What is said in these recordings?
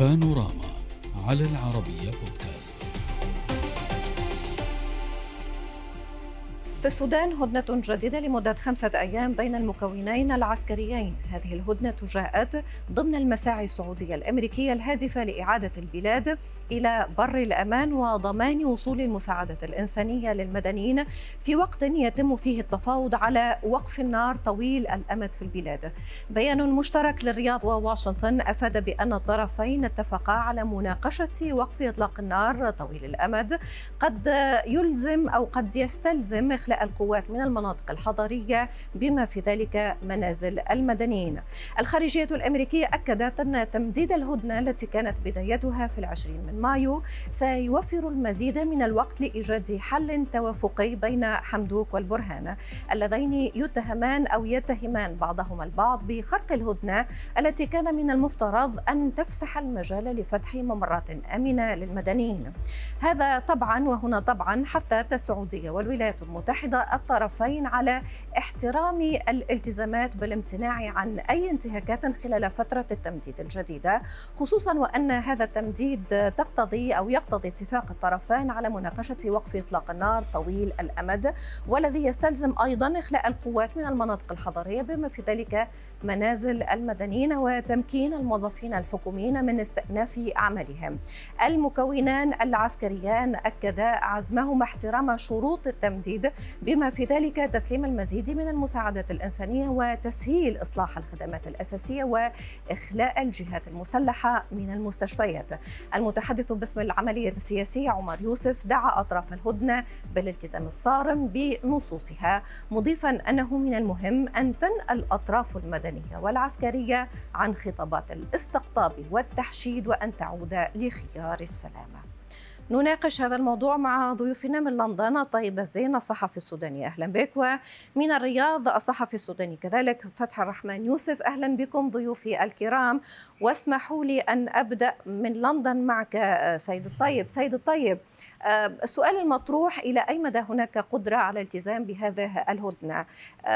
بانوراما على العربية بودكاست. في السودان هدنة جديدة لمدة 5 أيام بين المكونين العسكريين. هذه الهدنة جاءت ضمن المساعي السعودية الأمريكية الهادفة لإعادة البلاد إلى بر الأمان وضمان وصول المساعدة الإنسانية للمدنيين في وقت يتم فيه التفاوض على وقف النار طويل الأمد في البلاد. بيان مشترك للرياض وواشنطن أفاد بأن الطرفين اتفقا على مناقشة وقف إطلاق النار طويل الأمد قد يلزم أو قد يستلزم إخلاء القوات من المناطق الحضرية بما في ذلك منازل المدنيين. الخارجية الأمريكية أكدت أن تمديد الهدنة التي كانت بدايتها في 20 من مايو سيوفر المزيد من الوقت لإيجاد حل توافقي بين حمدوك والبرهان اللذين يتهمان بعضهما البعض بخرق الهدنة التي كان من المفترض أن تفسح المجال لفتح ممرات آمنة للمدنيين. هذا طبعا وهنا طبعا حثت السعودية والولايات المتحدة الطرفين على احترام الالتزامات بالامتناع عن أي انتهاكات خلال فترة التمديد الجديدة، خصوصا وأن هذا التمديد يقتضي اتفاق الطرفين على مناقشة وقف إطلاق النار طويل الأمد، والذي يستلزم أيضا إخلاء القوات من المناطق الحضرية بما في ذلك منازل المدنيين وتمكين الموظفين الحكوميين من استئناف أعمالهم. المكونان العسكريان أكدا عزمهما احترام شروط التمديد بما في ذلك تسليم المزيد من المساعدات الإنسانية وتسهيل إصلاح الخدمات الأساسية وإخلاء الجهات المسلحة من المستشفيات. المتحدث باسم العملية السياسية عمر يوسف دعا أطراف الهدنة بالالتزام الصارم بنصوصها، مضيفا أنه من المهم أن تنأى الأطراف المدنية والعسكرية عن خطابات الاستقطاب والتحشيد وأن تعود لخيار السلامة. نناقش هذا الموضوع مع ضيوفنا من لندن طيب الزين الصحفي السوداني، أهلا بك، ومن الرياض الصحفي السوداني كذلك فتح الرحمن يوسف. أهلا بكم ضيوفي الكرام، واسمحوا لي أن أبدأ من لندن معك سيد الطيب. السؤال المطروح: إلى أي مدى هناك قدرة على الالتزام بهذه الهدنة؟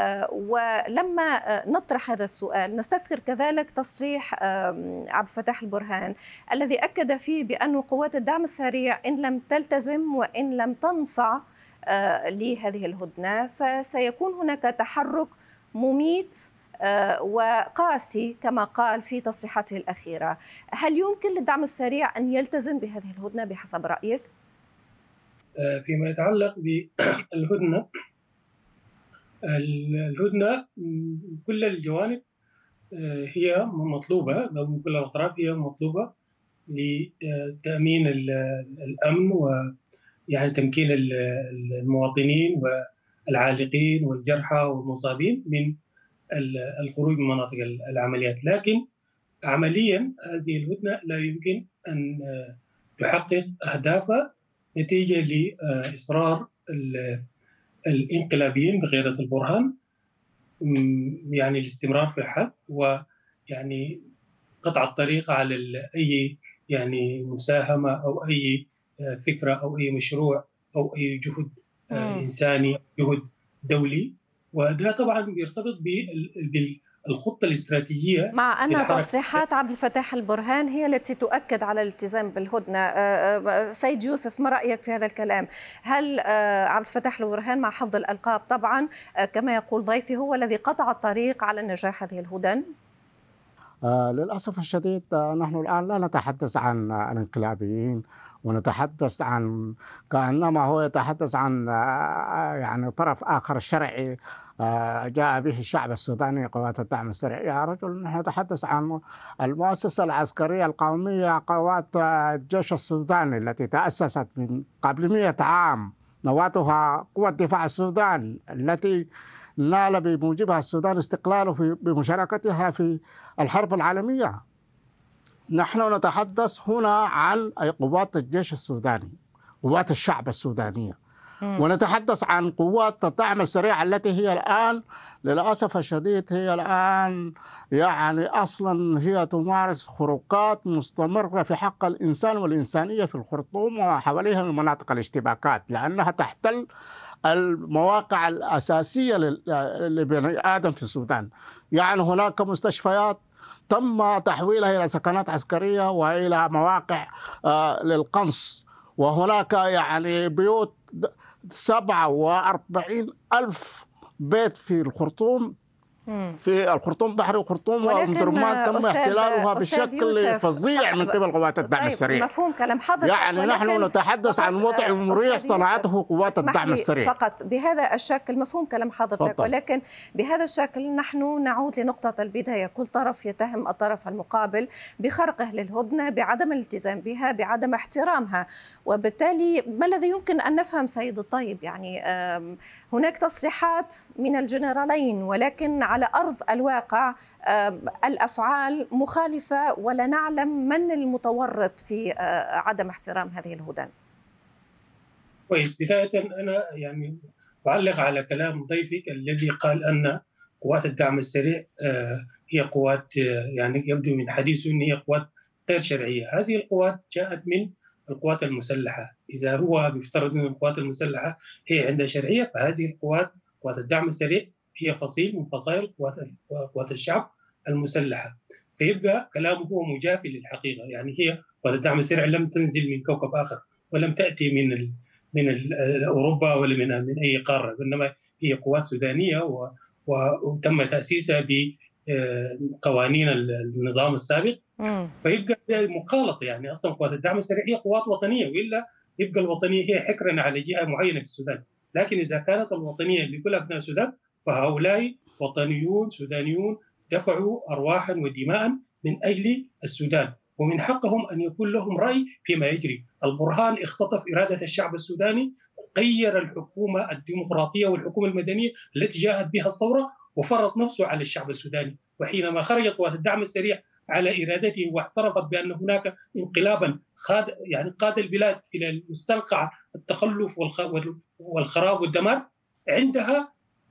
ولما نطرح هذا السؤال نستذكر كذلك تصريح عبد الفتاح البرهان الذي أكد فيه بأن قوات الدعم السريع إن لم تلتزم وإن لم تنصع لهذه الهدنة فسيكون هناك تحرك مميت وقاسي كما قال في تصريحاته الأخيرة. هل يمكن للدعم السريع أن يلتزم بهذه الهدنة بحسب رأيك؟ فيما يتعلق بالهدنة، كل الجوانب هي مطلوبة، من كل الأطراف هي مطلوبة لتأمين الأمن ويعني تمكين المواطنين والعالقين والجرحى والمصابين من الخروج من مناطق العمليات. لكن عمليا هذه الهدنة لا يمكن أن تحقق أهدافها نتيجة لإصرار الانقلابيين بقيادة البرهان يعني الاستمرار في الحرب ويعني قطع الطريق على أي يعني مساهمة أو أي فكرة أو أي مشروع أو أي جهد إنساني، جهد دولي. وده طبعا بيرتبط بالخطة الاستراتيجية، مع أن تصريحات عبد الفتاح البرهان هي التي تؤكد على الالتزام بالهدنة. سيد يوسف، ما رأيك في هذا الكلام؟ هل عبد الفتاح البرهان مع حفظ الألقاب طبعا كما يقول ضيفي هو الذي قطع الطريق على نجاح هذه الهدن؟ للأسف الشديد نحن الآن لا نتحدث عن الانقلابيين، ونتحدث عن كأنما هو يتحدث عن يعني طرف آخر شرعي جاء به الشعب السوداني قوات الدعم السريع. يا رجل، نحن نتحدث عن المؤسسة العسكرية القومية، قوات الجيش السوداني التي تأسست من قبل 100 عام، نواتها قوة دفاع السودان التي نال بموجبها السودان استقلاله بمشاركتها في الحرب العالمية. نحن نتحدث هنا عن قوات الجيش السوداني، قوات الشعب السودانية، ونتحدث عن قوات الدعم السريع التي هي الآن للأسف الشديد يعني أصلا هي تمارس خروقات مستمرة في حق الإنسان والإنسانية في الخرطوم وحواليها من مناطق الاشتباكات، لأنها تحتل المواقع الأساسية لبني آدم في السودان. يعني هناك مستشفيات تم تحويلها إلى سكنات عسكرية وإلى مواقع للقنص. وهناك يعني بيوت 47,000 بيت في الخرطوم، في الخرطوم بحري وخرطوم وأمدرمان تم احتلالها بشكل فظيع من قبل قوات الدعم السريع. مفهوم كلام حضرتك، يعني نحن نتحدث عن وضع مريح صنعته قوات الدعم السريع فقط بهذا الشكل. مفهوم كلام حضرتك، فضل. ولكن بهذا الشكل نحن نعود لنقطة البداية. كل طرف يتهم الطرف المقابل بخرقه للهدنة، بعدم الالتزام بها، بعدم احترامها، وبالتالي ما الذي يمكن أن نفهم سيد الطيب؟ يعني هناك تصريحات من الجنرالين، ولكن على أرض الواقع الأفعال مخالفة، ولا نعلم من المتورط في عدم احترام هذه الهدن. كويس. بداية أنا يعني أعلق على كلام ضيفك الذي قال أن قوات الدعم السريع هي قوات يعني يبدو من حديثه أن هي قوات غير شرعية. هذه القوات جاءت من القوات المسلحة. إذا هو بيفترض أن القوات المسلحة هي عندها شرعية، فهذه القوات قوات الدعم السريع هي فصيل من فصائل قوات الشعب المسلحة. فيبقى كلامه هو مجافي للحقيقة. يعني هي قوات الدعم السريع لم تنزل من كوكب آخر، ولم تأتي من أوروبا ولا من أي قارة، إنما هي قوات سودانية وتم تأسيسها بقوانين النظام السابق. فيبقى مخالطة. يعني أصلا قوات الدعم السريع هي قوات وطنية، وإلا يبقى الوطنية هي حكرا على جهة معينة في السودان. لكن إذا كانت الوطنية لكل أبناء السودان، فهؤلاء وطنيون سودانيون دفعوا أرواحا ودماء من أجل السودان، ومن حقهم أن يكون لهم رأي فيما يجري. البرهان اختطف إرادة الشعب السوداني، غير الحكومة الديمقراطية والحكومة المدنية التي جاءت بها الثورة، وفرض نفسه على الشعب السوداني. وحينما خرجت قوات الدعم السريع على إرادته واعترفت بأن هناك انقلابا قاد البلاد إلى المستنقع التخلف والخراب والدمار، عندها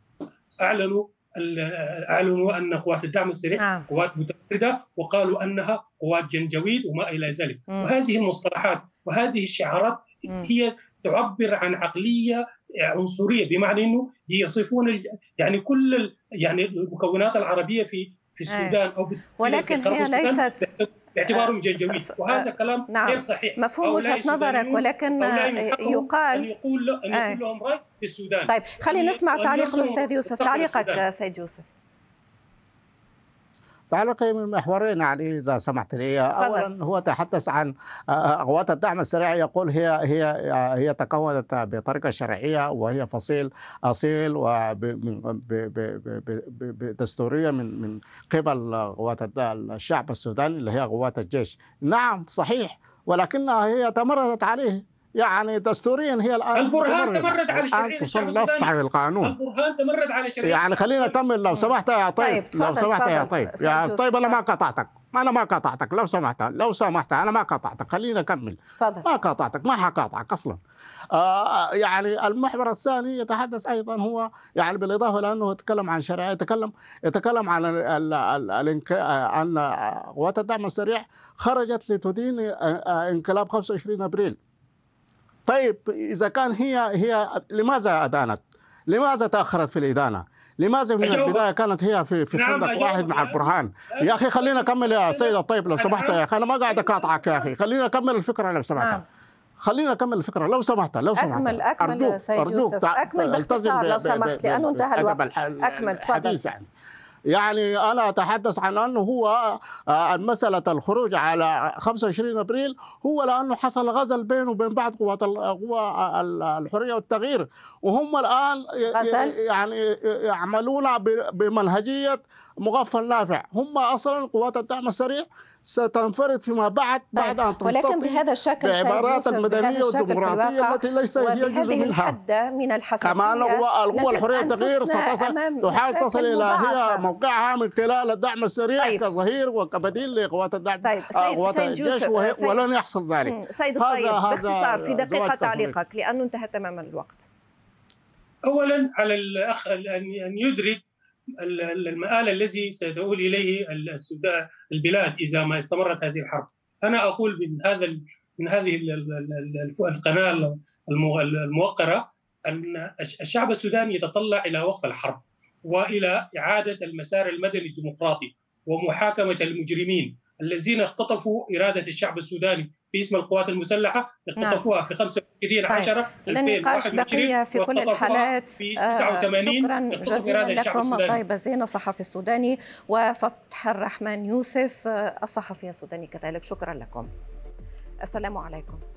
أعلنوا أن قوات الدعم السريع قوات متمردة، وقالوا أنها قوات جنجويد وما إلى ذلك. وهذه المصطلحات وهذه الشعارات هي تعبر عن عقلية عنصرية، بمعنى أنه يصفون يعني كل يعني المكونات العربية في السودان أو ولكن هي ليست باعتبارهم جنجويد، وهذا كلام غير صحيح. مفهوم وجهة نظرك، ولكن يقال أن يقول لهم رأي في السودان. طيب خلينا نسمع تعليق الأستاذ يوسف. تعليقك سيد يوسف. تعليقي من محورين عليه إذا سمحت لي. أولا هو تحدث عن قوات الدعم السريع، يقول هي تكونت بطريقة شرعية وهي فصيل أصيل ودستوريا من قبل قوات الشعب السوداني اللي هي قوات الجيش. نعم صحيح، ولكنها هي تمردت عليه. يعني دستوريا هي الآن البرهان تمرد على شرعية الشعب السوداني. القانون البرهان تمرد على شرعية. يعني خلينا نكمل لو سمحت يا طيب. لو سمحت يا طيب يا طيب، أنا ما قطعتك. لو سمحت أنا ما قطعتك. خلينا نكمل. ما قطعتك، ما حقاطعك أصلا. يعني المحور الثاني يتحدث أيضا هو يعني بالإضافة لأنه يتكلم عن شرعية، يتكلم عن أن قوات الدعم السريع خرجت لتدين انقلاب 25 أبريل. طيب إذا كان هي لماذا أدانت؟ لماذا تأخرت في الإدانة؟ لماذا من البداية كانت هي في خندق واحد مع البرهان؟ يا أخي خلينا نكمل يا سيد الطيب لو سمحت يا أخي. أنا ما قاعد أقاطعك يا أخي، خلينا نكمل الفكرة لو سمحت. خلينا نكمل الفكرة لو سمحت. أكمل سيد يوسف، أكمل باختصار لو سمحت، لأنه انتهى الوقت. أكمل تفضل. يعني أنا أتحدث عن أنه هو مسألة الخروج على 25 أبريل هو لأنه حصل غزل بينه وبين بعض قوى الحرية والتغيير، وهم الآن يعني يعملون بمنهجية مغفل نافع. هم أصلا قوات الدعم السريع ستنفرد فيما بعد أن تنتطي، ولكن بهذا الشكل بعبارات المدنية والديمقراطية التي ليس هي جزء منها. من الحساسية كمان القوى الحرية والتغيير تحاول تصل إلى هي موقعها من خلال الدعم السريع كظهير وكبديل لقوات الدعم قوات الجيش، ولن يحصل ذلك. سيد الطيب باختصار في دقيقة تعليقك لأنه انتهى تماما الوقت. أولا على الأخ أن يدرك المآل الذي ستؤول إليه البلاد إذا ما استمرت هذه الحرب. أنا أقول من هذه القناة الموقرة أن الشعب السوداني يتطلع إلى وقف الحرب وإلى إعادة المسار المدني الديمقراطي، ومحاكمة المجرمين الذين اختطفوا إرادة الشعب السوداني باسم القوات المسلحة، اختطفوها في 25/10/2021 للنقاش بقية في كل الحالات. في 89 شكرا جزيلا لكم طيب الزين الصحفي السوداني، وفتح الرحمن يوسف الصحفي السوداني كذلك. شكرا لكم. السلام عليكم.